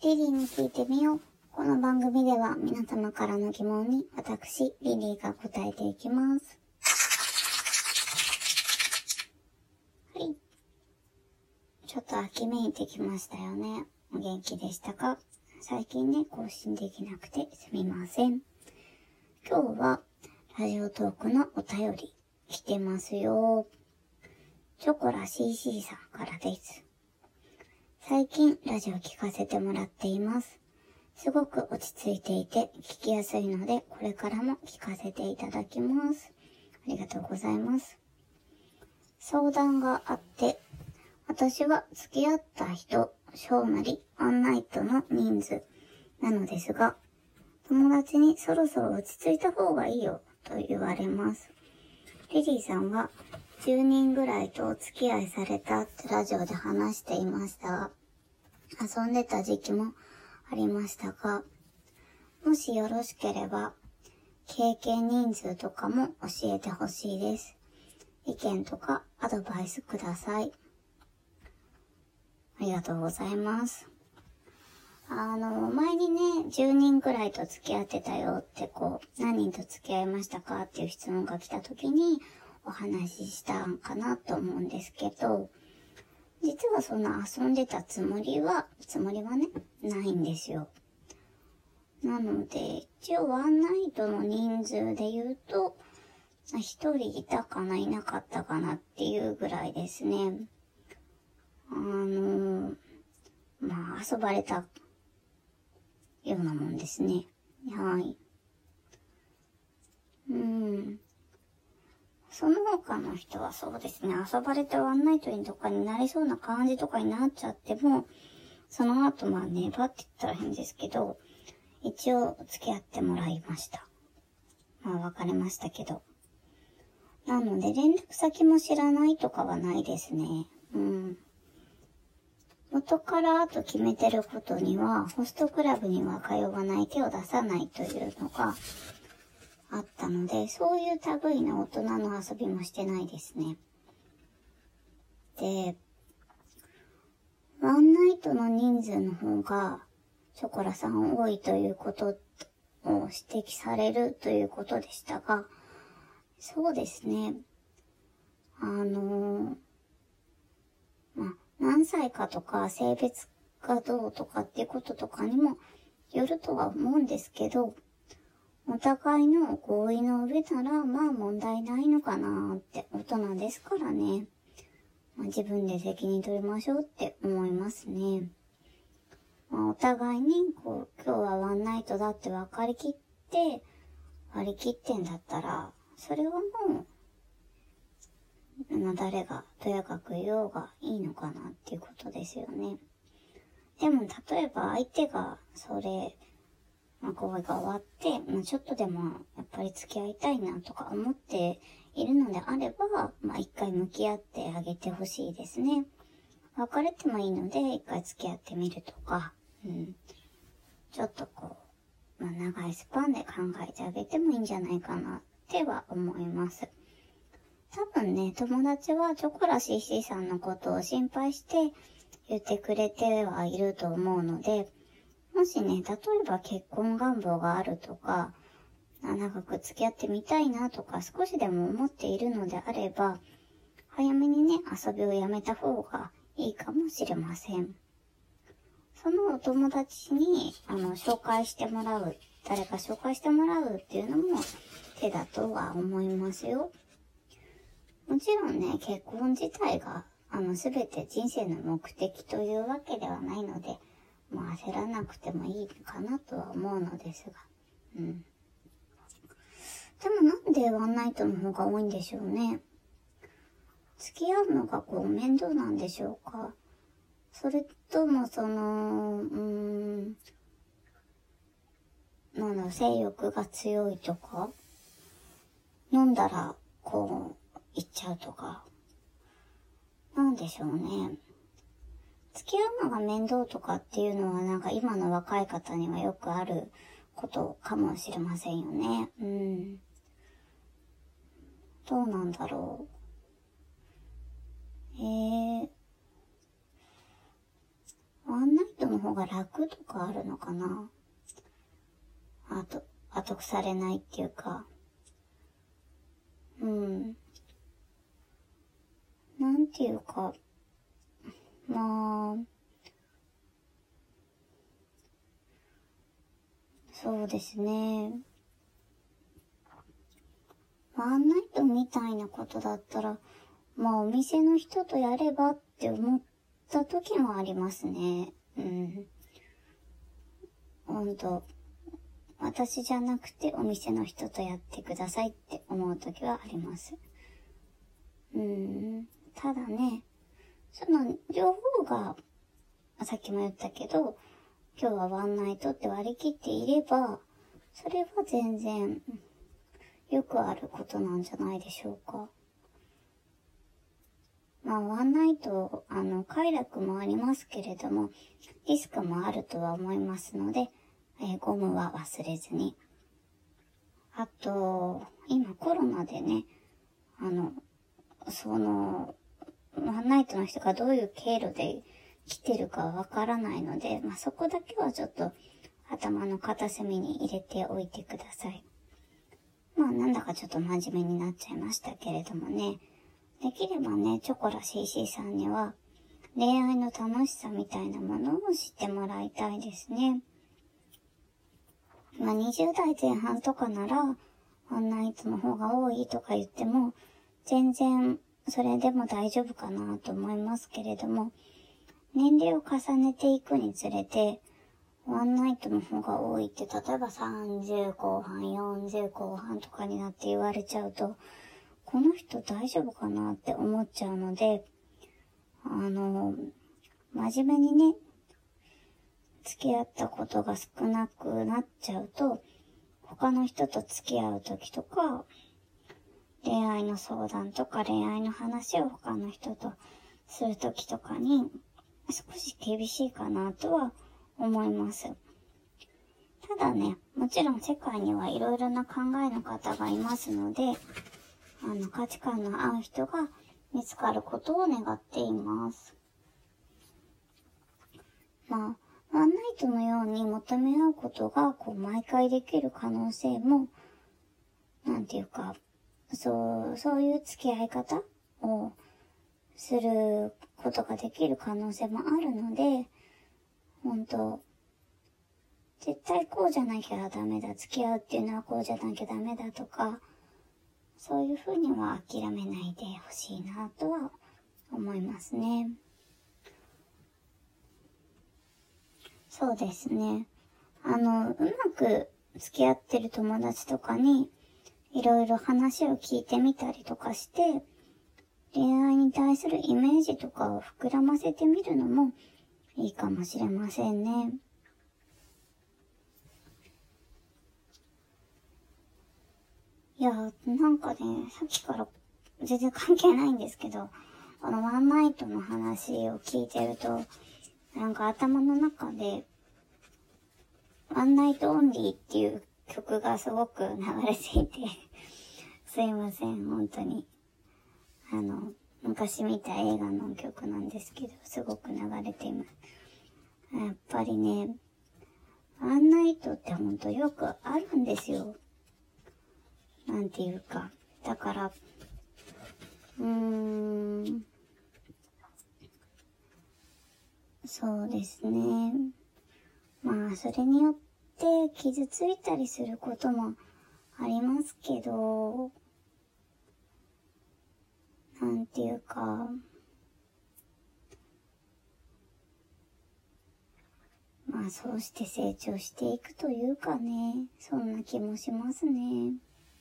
リリーに聞いてみよう。この番組では皆様からの疑問に私、リリーが答えていきます。はい。ちょっと秋めいてきましたよね。お元気でしたか？最近ね、更新できなくてすみません。今日はラジオトークのお便り来てますよ。チョコラ CC さんからです。最近ラジオ聞かせてもらっています。すごく落ち着いていて聞きやすいので、これからも聞かせていただきます。ありがとうございます。相談があって、私は付き合った人、小なり、ワンナイトの人数なのですが、友達にそろそろ落ち着いた方がいいよと言われます。リリーさんは10人ぐらいとお付き合いされたってラジオで話していましたが、遊んでた時期もありましたが、もしよろしければ、経験人数とかも教えてほしいです。意見とかアドバイスください。ありがとうございます。前にね、10人くらいと付き合ってたよって何人と付き合いましたかっていう質問が来た時にお話ししたんかなと思うんですけど、実はその遊んでたつもりはね、ないんですよ。なので、一応ワンナイトの人数で言うと、一人いたかないなかったかなっていうぐらいですね。遊ばれたようなもんですね。はい。その他の人はそうですね、遊ばれてワンナイトにとかになりそうな感じとかになっちゃっても、その後粘って言ったら変ですけど、一応付き合ってもらいました。別れましたけど。なので連絡先も知らないとかはないですね。元からと決めてることには、ホストクラブには通わない、手を出さないというのがあったので、そういう類の大人の遊びもしてないですね。で、ワンナイトの人数の方が、ショコラさん多いということを指摘されるということでしたが、そうですね。何歳かとか性別がどうとかっていうこととかにもよるとは思うんですけど、お互いの合意の上なら問題ないのかなって、大人ですからね。自分で責任取りましょうって思いますね。お互いに今日はワンナイトだって割り切ってんだったら、それはもう、誰がとやかく言おうがいいのかなっていうことですよね。でも例えば相手が行為が終わって、ちょっとでもやっぱり付き合いたいなとか思っているのであれば、一回向き合ってあげてほしいですね。別れてもいいので一回付き合ってみるとか、ちょっと長いスパンで考えてあげてもいいんじゃないかなっては思います。多分ね、友達はチョコラ CC さんのことを心配して言ってくれてはいると思うので、もしね、例えば結婚願望があるとか、長く付き合ってみたいなとか少しでも思っているのであれば、早めにね、遊びをやめた方がいいかもしれません。そのお友達に、誰か紹介してもらうっていうのも手だとは思いますよ。もちろんね、結婚自体が、すべて人生の目的というわけではないので、焦らなくてもいいかなとは思うのですが。でもなんでワンナイトの方が多いんでしょうね。付き合うのが面倒なんでしょうか。それとも性欲が強いとか、飲んだら行っちゃうとか、なんでしょうね。付き合うのが面倒とかっていうのは今の若い方にはよくあることかもしれませんよね。どうなんだろう。ワンナイトのの方が楽とかあるのかな。後腐れないっていうか。なんていうか、まあ、そうですね。ワンナイトみたいなことだったら、まあお店の人とやればって思った時もありますね。ほんと、私じゃなくてお店の人とやってくださいって思う時はあります。ただね、その両方が、さっきも言ったけど、今日はワンナイトって割り切っていれば、それは全然よくあることなんじゃないでしょうか。まあ、ワンナイト、快楽もありますけれども、リスクもあるとは思いますので、ゴムは忘れずに。あと、今コロナでね、ワンナイトの人がどういう経路で来てるかわからないので、まあ、そこだけはちょっと頭の片隅に入れておいてください。まあ、なんだかちょっと真面目になっちゃいましたけれどもね。できればね、チョコラ CC さんには恋愛の楽しさみたいなものを知ってもらいたいですね。まあ、20代前半とかなら、ワンナイトの方が多いとか言っても、全然それでも大丈夫かなと思いますけれども、年齢を重ねていくにつれて、ワンナイトの方が多いって、例えば30後半、40後半とかになって言われちゃうと、この人大丈夫かなって思っちゃうので、真面目にね、付き合ったことが少なくなっちゃうと、他の人と付き合うときとか、恋愛の相談とか恋愛の話を他の人とするときとかに、少し厳しいかなとは思います。ただね、もちろん世界にはいろいろな考えの方がいますので、価値観の合う人が見つかることを願っています。まあ、ワンナイトのように求め合うことが、毎回できる可能性も、なんていうか、そういう付き合い方をすることができる可能性もあるので、本当絶対こうじゃなきゃダメだ、付き合うっていうのはこうじゃなきゃダメだとか、そういうふうには諦めないでほしいなとは思いますね。そうですね。うまく付き合ってる友達とかに、いろいろ話を聞いてみたりとかして、恋愛に対するイメージとかを膨らませてみるのもいいかもしれませんね。いや、なんかね、さっきから全然関係ないんですけど、ワンナイトの話を聞いてると、なんか頭の中で、ワンナイトオンリーっていう曲がすごく流れていて、すいません、本当に。昔見た映画の曲なんですけど、すごく流れています。やっぱりね、ワンナイトってほんとよくあるんですよ。なんていうか。だから、そうですね。まあ、それによって傷ついたりすることもありますけど、なんていうか、まあ、そうして成長していくというかね、そんな気もしますね。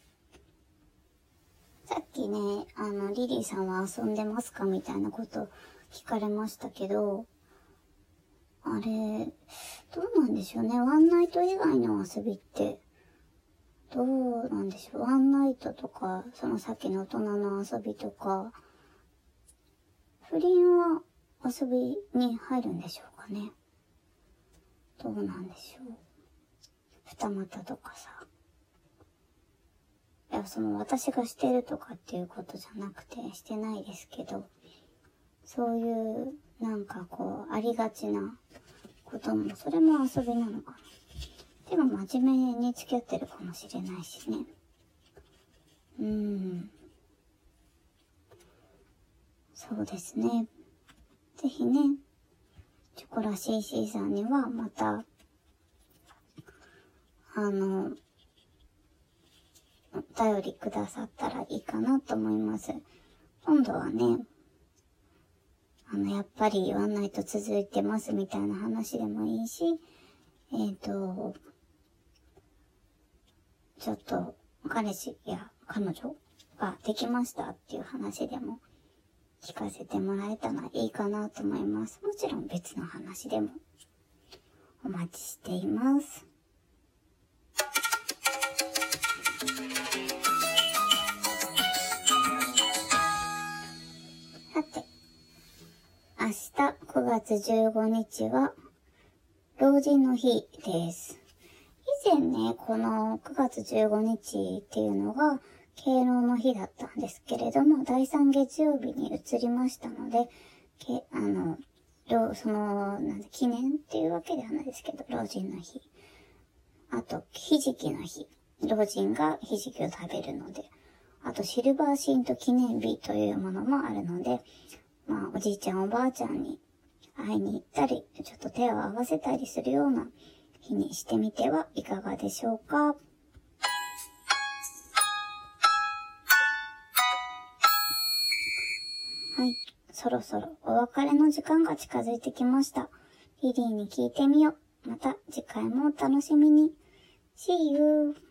さっきね、リリーさんは遊んでますかみたいなこと聞かれましたけど、あれ、どうなんでしょうね。ワンナイト以外の遊びって、どうなんでしょう。ワンナイトとか、そのさっきの大人の遊びとか、不倫は遊びに入るんでしょうかね。どうなんでしょう。二股とかさ。いや、私がしてるとかっていうことじゃなくて、してないですけど、そういう、ありがちなことも、それも遊びなのかな。でも真面目に付き合ってるかもしれないしね。そうですね。ぜひね、チョコラ CC さんにはまた、お便りくださったらいいかなと思います。今度はね、やっぱりワンナイト続いてますみたいな話でもいいし、ちょっと彼氏や彼女ができましたっていう話でも聞かせてもらえたらいいかなと思います。もちろん別の話でもお待ちしています。さて、明日9月15日は老人の日です。以前ね、この9月15日っていうのが敬老の日だったんですけれども、第3月曜日に移りましたので、記念っていうわけではないですけど、老人の日。あと、ひじきの日。老人がひじきを食べるので。あと、シルバーシント記念日というものもあるので、おじいちゃんおばあちゃんに会いに行ったり、ちょっと手を合わせたりするような日にしてみてはいかがでしょうか。はい。そろそろお別れの時間が近づいてきました。リリーに聞いてみよう。また次回もお楽しみに。See you!